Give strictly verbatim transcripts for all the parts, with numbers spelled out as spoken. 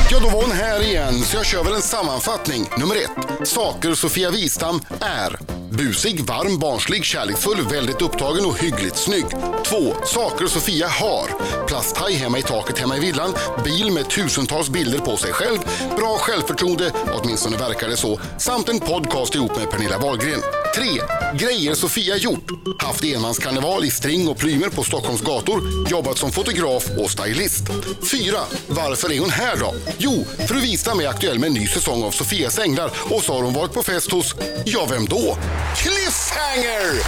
Ja, då var hon här igen, så jag kör väl en sammanfattning. Nummer ett. Saker Sofia Wistam är: busig, varm, barnslig, kärleksfull, väldigt upptagen och hyggligt snygg. Två. Saker Sofia har: plasthaj hemma i taket hemma i villan, bil med tusentals bilder på sig själv, bra självförtroende, åtminstone verkar det så, samt en podcast ihop med Pernilla Wahlgren. Tre. Grejer Sofia gjort: haft enmanskarneval i string och plymer på Stockholms gator, jobbat som fotograf och stylist. Fyra. Varför är hon här då? Jo, fru Wistam är aktuell med en ny säsong av Sofias Änglar, och så har hon varit på fest hos, ja, vem då? Cliffhanger!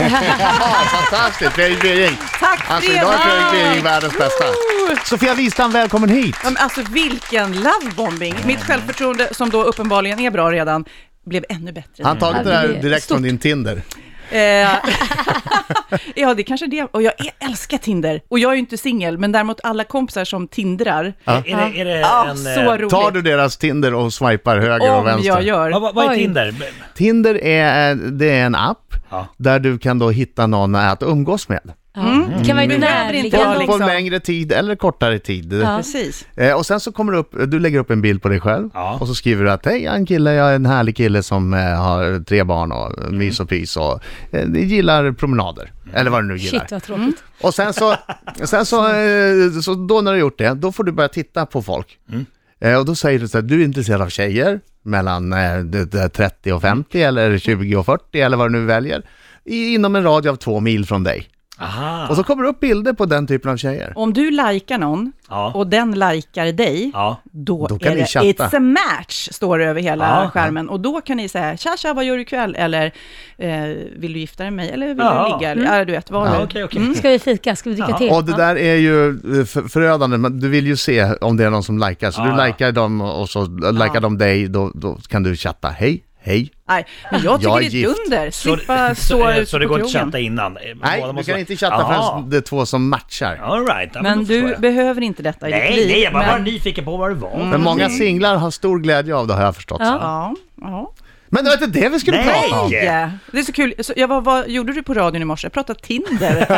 Fantastiskt, Fredrik Bering. Tack, alltså, idag är Fredrik Bering världens bästa. Sofia Wistam, välkommen hit. Men alltså, vilken lovebombing. Mitt självförtroende, som då uppenbarligen är bra redan, blev ännu bättre. Han tagit det där direkt från din Tinder. Eh, ja, det är kanske det. Och jag älskar Tinder. Och jag är ju inte singel, men däremot alla kompisar som tindrar. Ja. Är det, är det ja, en, så roligt. Tar du deras Tinder och swipar höger Om och vänster? jag gör. Vad, vad är Tinder? Tinder är, det är en app ja. där du kan då hitta någon att umgås med. Mm. Det kan vara Mm. närliggande. Liksom. På längre tid eller kortare tid. Ja. Precis. Eh, och sen så kommer du upp, du lägger upp en bild på dig själv. Ja. Och så skriver du att hej, jag är en kille, jag är en härlig kille som eh, har tre barn och mys och pys och eh, gillar promenader. Mm. Eller vad du nu gillar. Shit, vad tråkigt. Och sen så, sen så, eh, så då när du har gjort det, då får du börja titta på folk. Mm. Eh, och då säger du så här, du är intresserad av tjejer mellan eh, trettio och femtio eller tjugo och fyrtio eller vad du nu väljer. I, inom en radie av två mil från dig. Aha. Och så kommer det upp bilder på den typen av tjejer. Om du likar någon Ja. och den likar dig, Ja. då, Då kan är ni det chatta. it's a match, står det över hela Ja. skärmen. Och då kan ni säga, tja tja, vad gör du ikväll? Eller eh, vill du gifta dig med mig? Eller vill Ja. du ligga? Mm. Ja, du vet, vad Ja, du... okej, okej. Mm. Ska vi fika? Ska vi dricka Ja. till? Och det där är ju för- förödande, men du vill ju se om det är någon som likar. Så Ja, du ja. likar dem och så likar de dig, då, då kan du chatta. Hej, hej. Nej, men jag tycker Jag är det är ett gift. under. Så, Slippa så, stå så, ut så det på går inte att krogen. chatta innan? Nej, Båda du måste kan vara- inte chatta Aha. förrän det är två som matchar. All right. Ja, Men då förstår du jag. behöver inte detta i ditt Nej, liv. nej, jag bara var men... nyfiken på vad det var. Men många singlar har stor glädje av det, har jag förstått. Ja. Ja, ja. Men det var inte det vi skulle Nej. prata om. Ja, det är så kul. Så jag var, vad gjorde du på radion i morse? Jag pratade Tinder.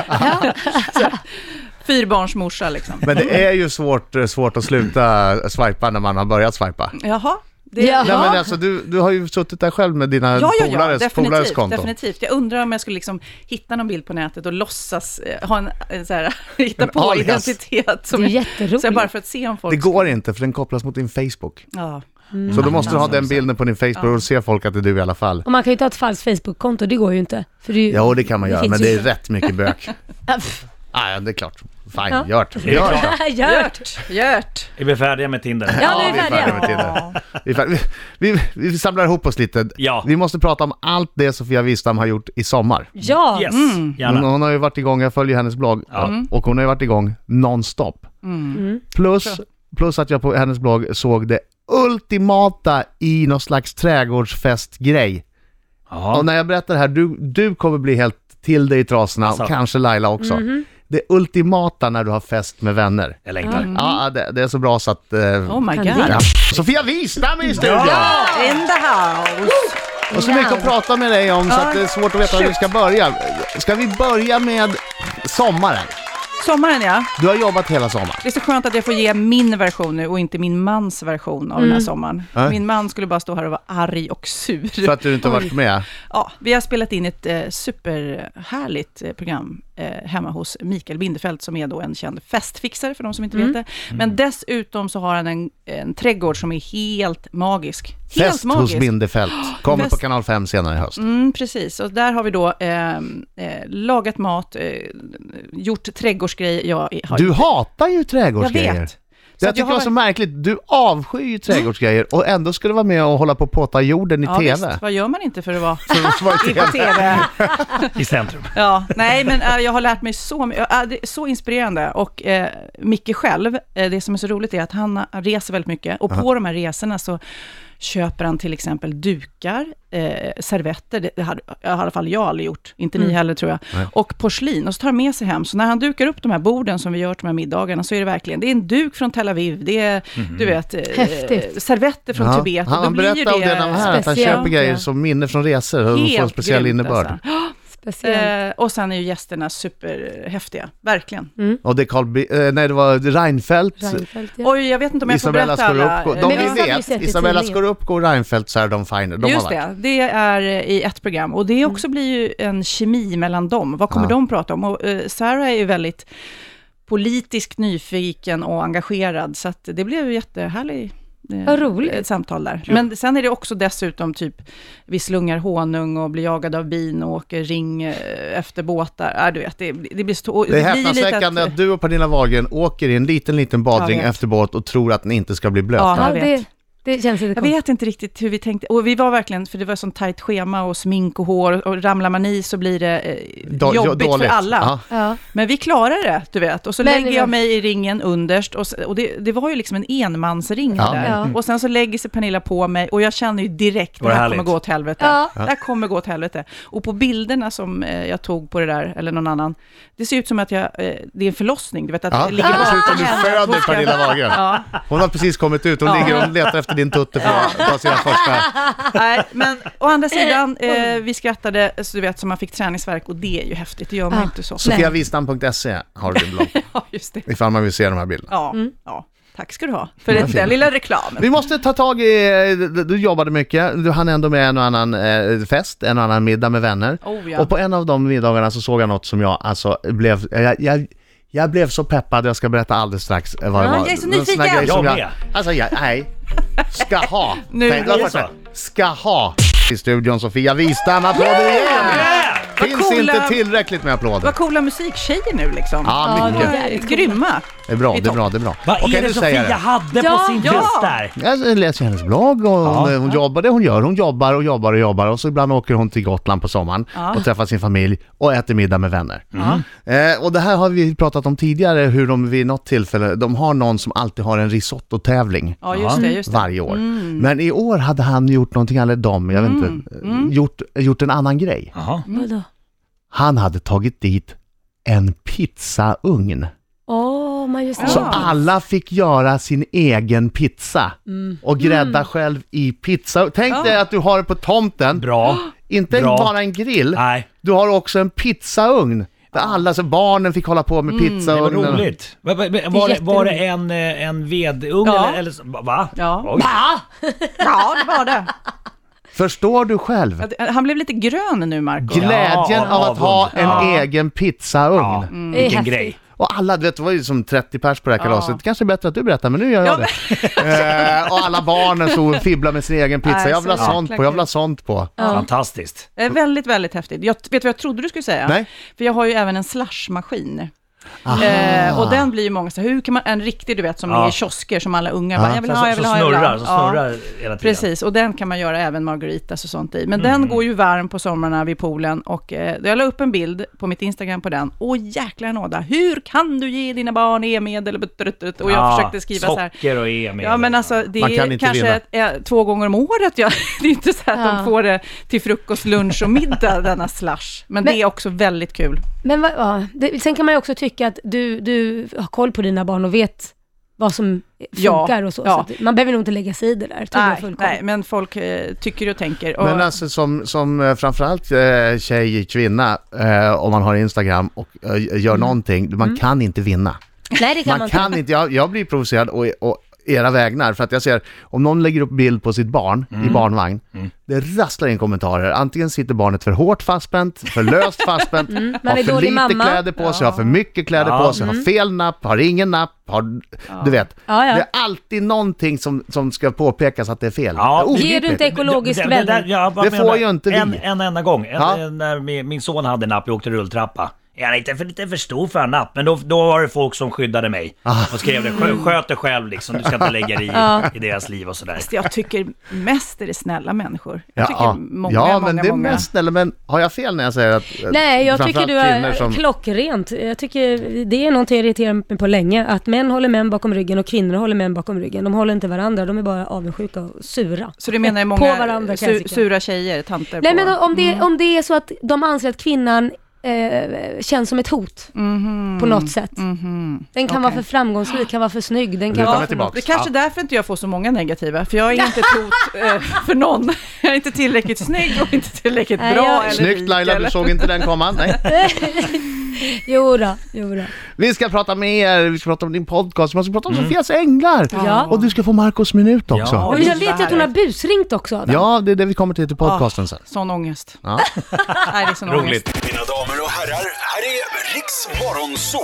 Så, fyrbarnsmorsa liksom. Men det är ju svårt, svårt att sluta swipa när man har börjat swipa. Jaha. Det, Ja. Nej, men alltså, du, du har ju suttit där själv med dina Ja, ja, ja, polares, polares definitivt, konto. definitivt. Jag undrar om jag skulle liksom hitta någon bild på nätet och låtsas eh, ha en, en så här, hitta En på alias. identitet. Som Det är jätteroligt. så här, bara för att se om folk... Det går inte, för den kopplas mot din Facebook. Ja. Så då måste du ha den bilden på din Facebook och se folk att det är du i alla fall. Och man kan ju ta ett falskt Facebook-konto, det går ju inte. För det är ju... Ja, det kan man göra, finns men det ju- är rätt mycket bök. Ja, pff. Ah, ja, det är klart. Fine, Ja. gör det. Är det Gör klart? det. Gjort, gjort. Är vi färdiga med Tinder? Ja, nu är vi vi är färdiga färdiga. med Tinder. Vi, är färdiga. vi, vi, vi samlar ihop oss lite. Ja. Vi måste prata om allt det Sofia Wistam har gjort i sommar. Ja. Yes, Hon, gärna. hon har ju varit igång, jag följer hennes blogg, och hon har ju varit igång nonstop. Mm. Plus, plus att jag på hennes blogg såg det ultimata i någon slags trädgårdsfestgrej. Ja. Och när jag berättar det här, du, du kommer bli helt till dig i trasorna, Alltså. och kanske Laila också. Mhm. Det ultimata när du har fest med vänner. Jag längtar. Ja, det, det är så bra så att... Eh, Oh my Kan god. det? ja. Sofia Wistam är i studion! In the house. Och så mycket att prata med dig om så att det är svårt att veta hur vi ska börja. Ska vi börja med sommaren? Sommaren, ja. Du har jobbat hela sommaren. Det är så skönt att jag får ge min version nu och inte min mans version av den här sommaren. Ja. Min man skulle bara stå här och vara arg och sur. För att du inte har varit med. Ja, vi har spelat in ett eh, superhärligt eh, program eh, hemma hos Mikael Bindefeld, som är då en känd festfixare för de som inte vet det. Men dessutom så har han en, en trädgård som är helt magisk. Helt Fest magisk. hos Bindefeld. Kommer Fest. på kanal fem senare i höst. Mm, precis, och där har vi då eh, eh, lagat mat, eh, gjort trädgårdsgrejer. Jag har Du hatar ju jag trädgårdsgrejer. vet. Det Så jag att tycker jag var har- så märkligt. Du avskyr ju trädgårdsgrejer och ändå skulle vara med och hålla på att påta jorden i Ja, tv. visst, vad gör man inte för att vara För att vara i på TV. tv? I centrum. Ja, nej, men äh, jag har lärt mig så mycket. Äh, det är så inspirerande. Och äh, Micke själv, äh, det som är så roligt är att han reser väldigt mycket. Och på de här resorna så köper han till exempel dukar, eh, servetter, det, det har i alla fall jag aldrig gjort, inte ni heller tror jag, Nej. och porslin, och så tar han med sig hem. Så när han dukar upp de här borden som vi gör till de här middagarna, så är det verkligen, det är en duk från Tel Aviv, det är, du vet, eh, Häftigt. servetter från Ja, Tibet. och han då blir ju berättade om det när han var här, att han speciellt, köper grejer ja. som minne från resor och får en helt speciell grymt, innebörd. alltså. speciellt. Eh, och sen är ju gästerna superhäftiga, verkligen. Mm. Och det är Carl B- eh, nej, det var Reinfeldt. Reinfeldt, ja. Oj, jag vet inte om jag Isabella får berätta alla. Scorupco. eh, De Men vi visst har vi vet, sett i Isabella tidningen. Scorupco och Reinfeldt så är de finer. De Just har varit. det, det är i ett program och det också blir ju en kemi mellan dem. Vad kommer Ja. de prata om? Och uh, Sarah är ju väldigt politiskt nyfiken och engagerad, så att det blev ju jättehärligt. Vad roligt. Ett samtal där. Men sen är det också dessutom typ vi slungar honung och blir jagade av bin och åker ring eh, efter båtar. Ja, du vet, det, det blir stå, Det är blir lite häpnadsväckande att du och Pernilla Wahlgren åker i en liten, liten badring Jag vet. efter båt och tror att ni inte ska bli blöta. Ja, Ja, jag vet. det, det känns lite Jag konstigt. vet inte riktigt hur vi tänkte. Och vi var verkligen, för det var sånt tajt schema och smink och hår. Och ramlar man i så blir det eh, Då- jobbigt dåligt. för alla. Ja. Ja. Men vi klarar det, du vet. Och så Men- lägger jag mig i ringen underst. Och, s- och det, det var ju liksom en enmansring Ja. där. Ja. Och sen så lägger sig Pernilla på mig. Och jag känner ju direkt, Var det det här härligt? kommer gå åt helvete. Ja. Det här kommer gå åt helvete. Och på bilderna som eh, jag tog på det där, eller någon annan. Det ser ut som att jag, eh, det är en förlossning. Du vet att Ja, det ligger det ser ut som du barn. föder Hon ska- Pernilla Wahlgren. Ja. Hon har precis kommit ut, hon Ja. ligger och letar efter din tutte för att ta sina första. Nej, men å andra sidan, eh, vi skrattade, så du vet, som man fick träningsverk, och det är ju häftigt, det gör man Ja. ju inte så ofta. Sofia Wistam punkt se har du din blogg, Ja, just det. ifall man vill se de här bilderna. Ja, Mm. ja. Tack ska du ha för den, den lilla reklamen. Vi måste ta tag i, du, du jobbade mycket, du hann ändå med en och annan eh, fest, en och annan middag med vänner. Oh, ja. Och på en av de middagarna så såg jag något som jag alltså blev, jag, jag, jag blev så peppad, jag ska berätta alldeles strax eh, vad det Ja, var. jag är så En sån nyfiken. här grej som Jag jag, med. alltså jag, nej, ska ha. Nu Tänk, är det varför så. säga, ska ha i studion Sofia Wistam, applåder igen! Vad Finns coola- inte tillräckligt med applåder. Vad coola musiktjejer nu liksom. Ja, Ja, mycket. det Ja, är coolt. grymma. Det är bra, Det är det är bra, det är bra. Vad Okej, är det nu säger jag Sofia hade Ja, på sin ja. fest där? Jag läser hennes blogg och hon, Ja. hon jobbar det hon gör. Hon jobbar och jobbar och jobbar och så ibland åker hon till Gotland på sommaren Ja. och träffar sin familj och äter middag med vänner. Ja. Eh, och det här har vi pratat om tidigare, hur de vid något tillfälle, de har någon som alltid har en risotto-tävling Ja, just det, just det. varje år. Men i år hade han gjort någonting, eller de, jag vet inte, Mm. eh, gjort, gjort en annan grej. Jaha. Vadå? Han hade tagit dit en pizzaugn. Åh, man just det. Så Ja. alla fick göra sin egen pizza Mm. och grädda själv i pizza. Tänk Ja. dig att du har det på tomten, Bra. inte Bra. bara en grill, Nej, du har också en pizzaugn. Där alla, så barnen fick hålla på med pizza. det var och- roligt. Va- va- Var det, var det en, eh, en vedugn Ja. eller, eller så- va? Ja. Oj. Ja, det var det. Förstår du själv? Ja, det- Han blev lite grön nu, Marco. Glädjen Ja, av att ha en ja. egen pizzaugn. Ja, Det är vilken häftigt. grej. Och alla, du vet, det var ju som trettio pers på det här kalaset. Ja. Kanske bättre att du berättar, men nu gör jag Ja, det. eh, och alla barnen så fibblar med sin egen pizza. Nej, Jag vill ha så sånt jäkla på, jag vill ha kul. sånt på. Ja. Fantastiskt. Eh, Väldigt, väldigt häftigt. Jag, vet du vad jag trodde du skulle säga? Nej. För jag har ju även en slashmaskin. Aha. Eh, och den blir ju många så här, hur kan man, en riktig du vet som Ja. är i kiosker som alla unga Ja. bara, jag vill Som, ha, jag som vill ha, jag vill ha. snurrar, som Ja. snurrar hela tiden. Precis, och den kan man göra även margaritas och sånt i. Men Mm. den går ju varm på sommarna vid poolen och eh, jag la upp en bild på mitt Instagram på den. Åh jäklar nåda, hur kan du ge dina barn e-medel? Och jag Ja, försökte skriva så här. socker och e-medel. Ja men alltså det Man kan är inte kanske vinna. ett, eh, två gånger om året. Ja. Det är inte så att Ja. de får det till frukost, lunch och middag denna slash. Men, Men- det är också väldigt kul. Men vad, ja, det, sen kan man ju också tycka att du, du har koll på dina barn och vet vad som Ja, funkar och så. ja. så att man behöver nog inte lägga sig i det där. Tror jag Nej, full koll. nej, men folk eh, tycker och tänker. Och, Men alltså som, som eh, framförallt eh, tjej, kvinna, eh, om man har Instagram och eh, gör någonting, man kan inte vinna. Nej, det kan man, Man inte. kan inte, jag, jag blir provocerad och, och era vägnar, för att jag ser, om någon lägger upp bild på sitt barn i barnvagn, det rasslar in kommentarer. Antingen sitter barnet för hårt fastspänt, för löst fastspänt, man har är för dålig lite mamma. kläder på sig, har för mycket kläder Ja. på sig, har fel napp, har ingen napp, har, du vet. Ja, ja. Det är alltid någonting som, som ska påpekas att det är fel. Ja. Det är Ger du obegripligt. inte ekologiskt Det- det- det där- väldigt? ja, vad Det menar får du? ju inte vi. en, en enda gång. En, Ja. en, när min, min son hade napp, jag åkte rulltrappa. Är han inte för, lite för stor för en napp? Men då, då var det folk som skyddade mig. Ah. Och skrev det, "Skö- sköt dig själv liksom, du ska inte lägga dig i, i deras liv och sådär. jag tycker mest är det snälla människor. Jag Ja, tycker ja. många, ja, många, men det är många. mest snälla, men har jag fel när jag säger att eh, Nej, jag tycker framförallt du är kvinnor som- klockrent. Jag tycker det är någonting jag irriterar mig på länge. Att män håller män bakom ryggen och kvinnor håller män bakom ryggen. De håller inte varandra, de är bara avundsjuka och sura. Så det menar jag På många varandra, kan jag su- tycka. sura tjejer, tanter Nej, på. men om det, om det är så att de anser att kvinnan eh, känns som ett hot Mhm. på något sätt. Mhm. Den kan Okej. vara för framgångsrik, kan vara för snygg. Den kan Luta vara... mig tillbaka. Det är kanske därför inte jag får så många negativa, för jag är inte ett hot eh, för någon. Jag är inte tillräckligt snygg och inte tillräckligt Nej, bra. jag- Eller Snyggt rik, Laila, eller... du såg inte den komma. Nej. Jo då, jo då. Vi ska prata med er, vi ska prata om din podcast, vi ska prata om Sofias änglar. Ja. Och du ska få Marcos minut också. Ja. Men jag vet ju att hon har busringt också. Adam. Ja, det är det vi kommer till till podcasten sen. Sån ångest. Ja. Nej, det är sån ångest. Roligt. Mina damer och herrar, här är Riks Morgonzoo!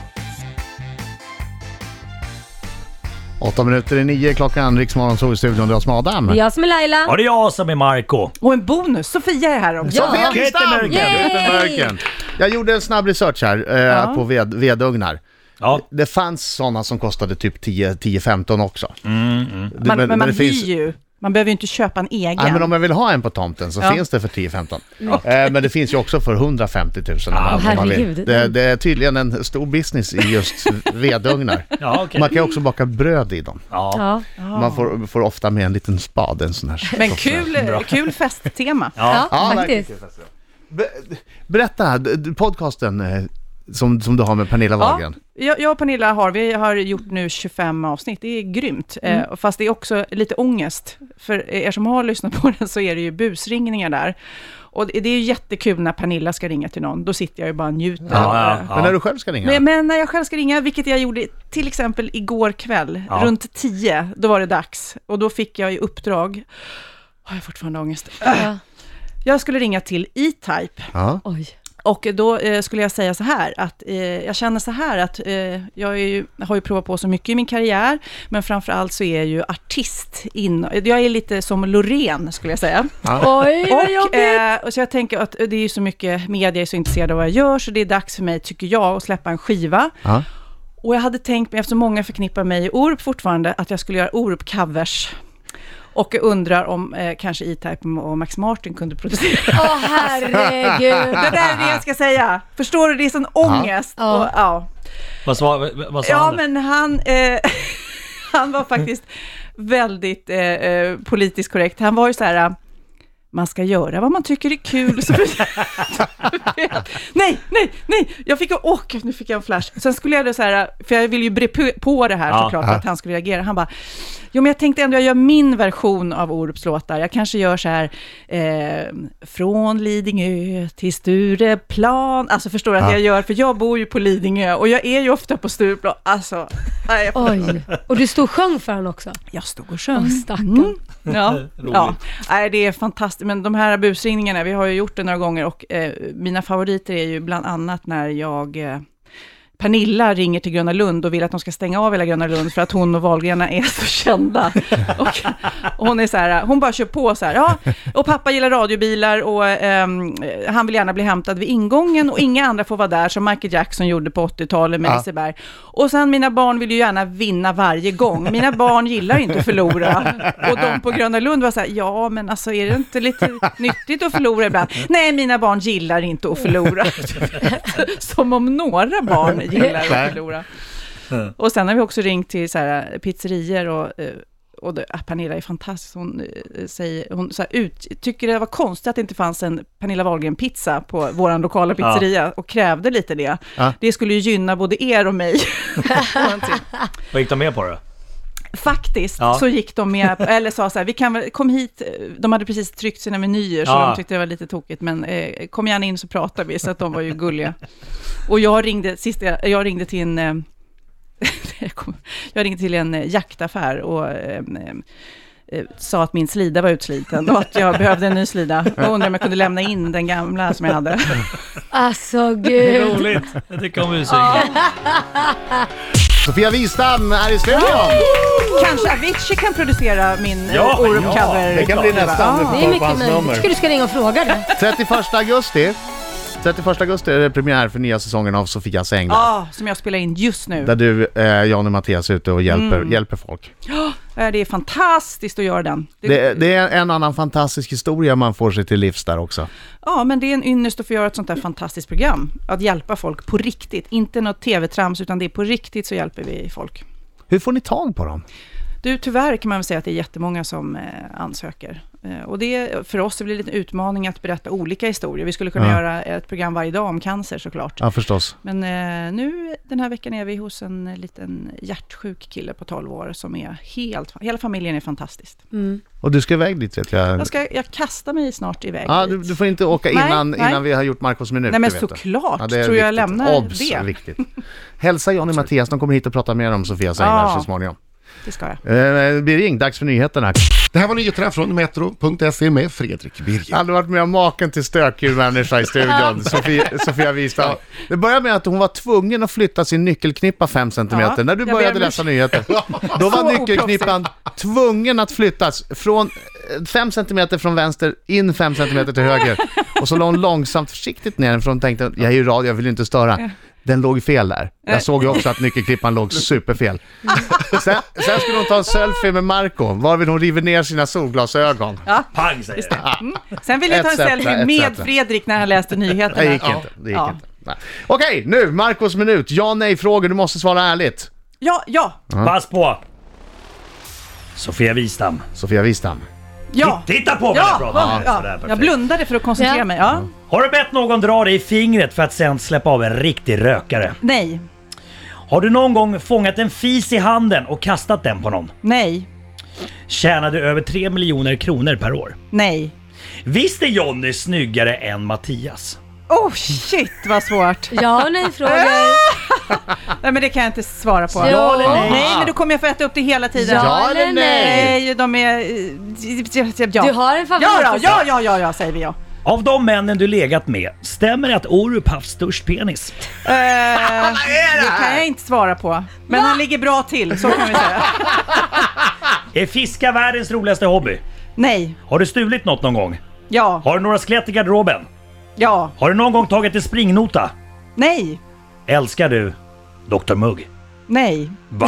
Åtta minuter i nio klockan, Riksmorgon så i studion, det är som Adam. Det är jag som är Laila. Ja, det är jag som är Marco. Och en bonus, Sofia är här också. Ja. Sofia Wistam! Göteborg. Göteborg. Jag gjorde en snabb research här eh, Ja. på ved, vedugnar. Ja. Det fanns sådana som kostade typ tio femton också. Mm, mm. Det- Man, men, man det hyr finns... ju. Man behöver ju inte köpa en egen. Nej, men om jag vill ha en på tomten så Ja. finns det för tio femton. Eh, men det finns ju också för hundrafemtio tusen om, man- om man vill. herregud. Det, det är tydligen en stor business i just vedugnar. Ja, okej. Man kan ju också baka bröd i dem. Ja. Ja. Man får, får ofta med en liten spade, en sån här. Men kul, kul festtema. Ja. Ja, verkligen. faktiskt. Be- Berätta, d- d- podcasten eh, som, som du har med Pernilla Wahlgren. Jag, jag och Pernilla har, vi har gjort nu tjugofem avsnitt, det är grymt. Mm. Eh, fast det är också lite ångest. För er som har lyssnat på den så är det ju busringningar där. Och det det är ju jättekul när Pernilla ska ringa till någon, då sitter jag ju bara och njuter. Ja, ja. Men när du själv ska ringa? Men, men när jag själv ska ringa, vilket jag gjorde till exempel igår kväll, Ja. runt tio, då var det dags. Och då fick jag i uppdrag, har jag fortfarande ångest. Ja. Jag skulle ringa till E-Type. Ja. Oj. Och då eh, skulle jag säga så här, att eh, jag känner så här att eh, jag är ju, har ju provat på så mycket i min karriär, men framförallt så är jag ju artist in, jag är lite som Loreen skulle jag säga. Oj, vad Och, jobbigt. eh, och så jag tänker att det är ju så mycket media är så intresserade av vad jag gör, så det är dags för mig, tycker jag, att släppa en skiva. Ja. Och jag hade tänkt mig, eftersom många förknippar mig i Orup fortfarande, att jag skulle göra Orup-covers. Och jag undrar om eh, kanske E-Type och Max Martin kunde producera. Åh herregud. Det där är det jag ska säga. Förstår du? Det är sån ångest. Ja. Och, ja. Vad sa, vad sa ja, han? men han, eh, han var faktiskt väldigt eh, eh, politiskt korrekt. Han var ju så här, man ska göra vad man tycker är kul. Så, nej, nej, nej. Jag fick, åh, nu fick jag en flash. Sen skulle jag då så här, för jag ville ju bre på- på det här Ja. såklart, Ja. att han skulle reagera. Han bara, jo men jag tänkte ändå, jag gör min version av Orups låtar. Jag kanske gör så här, eh, från Lidingö till Stureplan. Alltså förstår du att Ja. jag gör, för jag bor ju på Lidingö och jag är ju ofta på Stureplan. Alltså, nej, jag, Oj. Och du stod och sjöng för honom också. jag stod och sjöng. Åh, stackarn. Ja, ja. Nej, det är fantastiskt. Men de här busringningarna, vi har ju gjort det några gånger och eh, mina favoriter är ju bland annat när jag... Eh, Pernilla ringer till Gröna Lund och vill att de ska stänga av hela Gröna Lund för att hon och Wahlgrena är så kända. Och, och hon är så här, hon bara kör på så här, ja, och pappa gillar radiobilar och ehm, han vill gärna bli hämtad vid ingången och inga andra får vara där som Michael Jackson gjorde på åttiotalet med Ja. Liseberg. Och sen mina barn vill ju gärna vinna varje gång. Mina barn gillar inte att förlora. Och de på Gröna Lund var så här, ja men alltså är det inte lite nyttigt att förlora ibland? Nej, mina barn gillar inte att förlora. Som om några barn gillar att förlora. Och sen har vi också ringt till så här pizzerior och, eh, och det, ah, Pernilla är fantastisk. Hon eh, säger, hon så här, ut, tycker det var konstigt att det inte fanns en Pernilla Wahlgren-pizza på våran lokala pizzeria och krävde lite det. Ja. Det skulle ju gynna både er och mig. Vad gick de med på det? Faktiskt Ja. så gick de med, eller sa så här, vi kan väl, kom hit, de hade precis tryckt sina menyer så Ja. de tyckte det var lite tokigt, men eh, kom gärna in så pratar vi, så att de var ju gulliga. Och jag ringde, sist jag, jag ringde till en, eh, jag, kom, jag ringde till en eh, jaktaffär och eh, eh, sa att min slida var utsliten och att jag behövde en ny slida och undrade om jag kunde lämna in den gamla som jag hade. Alltså gud. Roligt. Jag tycker om musik. Sofia Wistam är i studion! Kanske Avicii kan producera min Ja, ja, Orup-cover. Det kan bli nästan Ja. Det är på mycket hans möjligt. nummer. Jag tycker du ska ringa och fråga det. trettioförsta augusti trettioförsta augusti är det premiär för nya säsongen av Sofias änglar. Ja, som jag spelar in just nu. Där du, eh, Jan och Mattias är ute och hjälper, Mm. hjälper folk. Ja, det är fantastiskt att göra den. Det, Det, det är en annan fantastisk historia man får sig till livs där också. Ja, men det är en ynnest att få göra ett sånt där fantastiskt program. Att hjälpa folk på riktigt. Inte något tv-trams, utan det är på riktigt så hjälper vi folk. Hur får ni tag på dem? Du, tyvärr kan man väl säga att det är jättemånga som eh, ansöker. Eh, Och det, för oss det blir det en utmaning att berätta olika historier. Vi skulle kunna Ja. göra ett program varje dag om cancer såklart. Ja, förstås. Men eh, nu den här veckan är vi hos en liten hjärtsjuk kille på tolv år som är helt, hela familjen är fantastiskt. Mm. Och du ska iväg dit, vet jag. Jag, ska, jag kastar mig snart iväg Ja, dit. du, du får inte åka Nej, innan, nej. innan vi har gjort Marcos minut. Nej men det vet du. såklart, Ja, det är tror jag viktigt. lämnar Obs, det. viktigt. Hälsa Johnny och Mattias, de kommer hit och prata mer om Sofias änglar Ja. så småningom. Det ska jag. Eh, blir ring, dags för nyheterna. Det här var nyheterna från Metro punkt se med Fredrik Birger. Jag hade varit med om maken till stökig människa i studion, Sofia, Sofia Wistam. Det började med att hon var tvungen att flytta sin nyckelknippa fem centimeter. Ja, När du jag började ber om läsa nyheter, då var Så nyckelknippan tvungen att flyttas från fem centimeter från vänster in fem centimeter till höger. Och så låg hon långsamt försiktigt ner för hon tänkte, jag är ju radio, jag vill inte störa. Den låg fel där. Jag såg ju också att nyckelklippan låg superfel. Sen, sen skulle hon ta en selfie med Marco, varvid hon river ner sina solglasögon. Pang säger det. Mm. Sen vill jag ta en Et cetera, selfie et med cetera. Fredrik när han läste nyheterna. Det gick Ja. inte. Det gick Ja. inte. Nej. Okej, nu Marcos minut. Ja, nej, frågor. Du måste svara ärligt. Ja, ja, Pass på! Sofia Wistam. Sofia Wistam. ja. Titta på mig Ja, när jag pratar. ja, Sådär, ja. perfekt. Jag blundade för att koncentrera Ja. mig. Ja. Har du bett någon dra dig i fingret för att sen släppa av en riktig rökare? Nej, Har du någon gång fångat en fis i handen och kastat den på någon? nej, Tjänar du över tre miljoner kronor per år? nej. Visst är Johnny snyggare än Mattias? Oh shit vad svårt. Ja och nej frågor. Nej men det kan jag inte svara på. Ja eller nej? Nej men då kommer jag få äta upp det hela tiden. Ja eller nej? Nej, de är... eh, Ja. Du har en favorit. Ja, då, ja, ja, ja, ja, säger vi ja. Av de männen du legat med, stämmer det att Orup haft störst penis? Eh, det kan jag inte svara på. Men han ligger bra till, så kan vi säga. Är fiska världens roligaste hobby? Nej, Har du stulit något någon gång? ja, Har du några skelett i garderoben? ja, Har du någon gång tagit en springnota? nej, Älskar du doktor Mugg? nej. Va?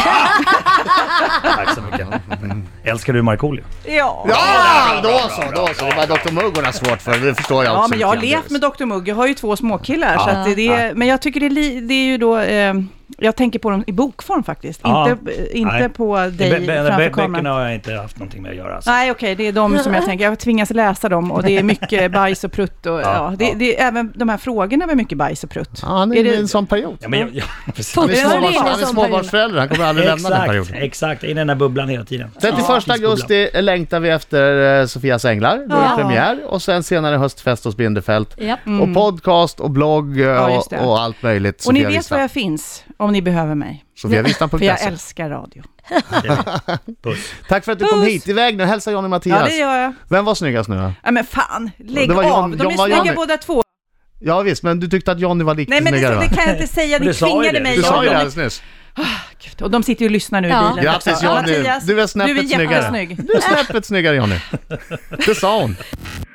Tack så mycket. Älskar du Markoolio? Ja. Ja, då så, då så. Det var doktor Muggorna svårt för, det förstår jag också. Ja, men jag har lite grann. levt med doktor Mugg. Jag har ju två småkillar. Så Ja. att det, det är, men jag tycker det är, li, det är ju då... Eh, jag tänker på dem i bokform faktiskt. Ja. Inte, inte Nej. på dig Bö- bö- framför bö- kameran. Böckerna har jag inte haft någonting med att göra. Alltså. Nej, okej, det är de som jag tänker. Jag tvingas läsa dem och det är mycket bajs och prutt. Och, ja, Ja, det, ja. det är även de här frågorna var mycket bajs och prutt. Ja, han är, Är det- i en sån period. Ja, men jag, ja, precis. Han är, Ja, det är småbarns, ingen han är sån småbarnsförälder, han kommer aldrig lämna den Exakt, perioden. exakt. I den här bubblan hela tiden. trettioförsta augusti längtar vi efter eh, Sofias änglar, då är det Ja. premiär. Och sen senare höstfest hos Bindefält. Japp. Och podcast och blogg eh, Ja, just det. och, och allt möjligt. Och ni Sofia vet Wistam. var jag finns om ni behöver mig. Sofia Wistam punkt För jag se. älskar radio. Puss. Tack för att du kom Puss. hit. Iväg nu, hälsa Johnny och Mattias. Ja, det gör jag. Vem var snyggast nu då? Ja, men fan, lägg Det var John- av. De John är var snygga Johnny. båda två. Ja visst, men du tyckte att Johnny var lite Nej, men snyggare det, va? det kan jag inte säga. Men Ni du sa ju tvingade det. mig. Du sa ju Jag- det de- alldeles nyss. Gud, och de sitter ju och lyssnar nu i Ja. bilen. Grattis också. Johnny, Mattias, du är snäppet du är snyggare. jättesnygg. Du är snäppet snyggare Johnny. Det sa hon.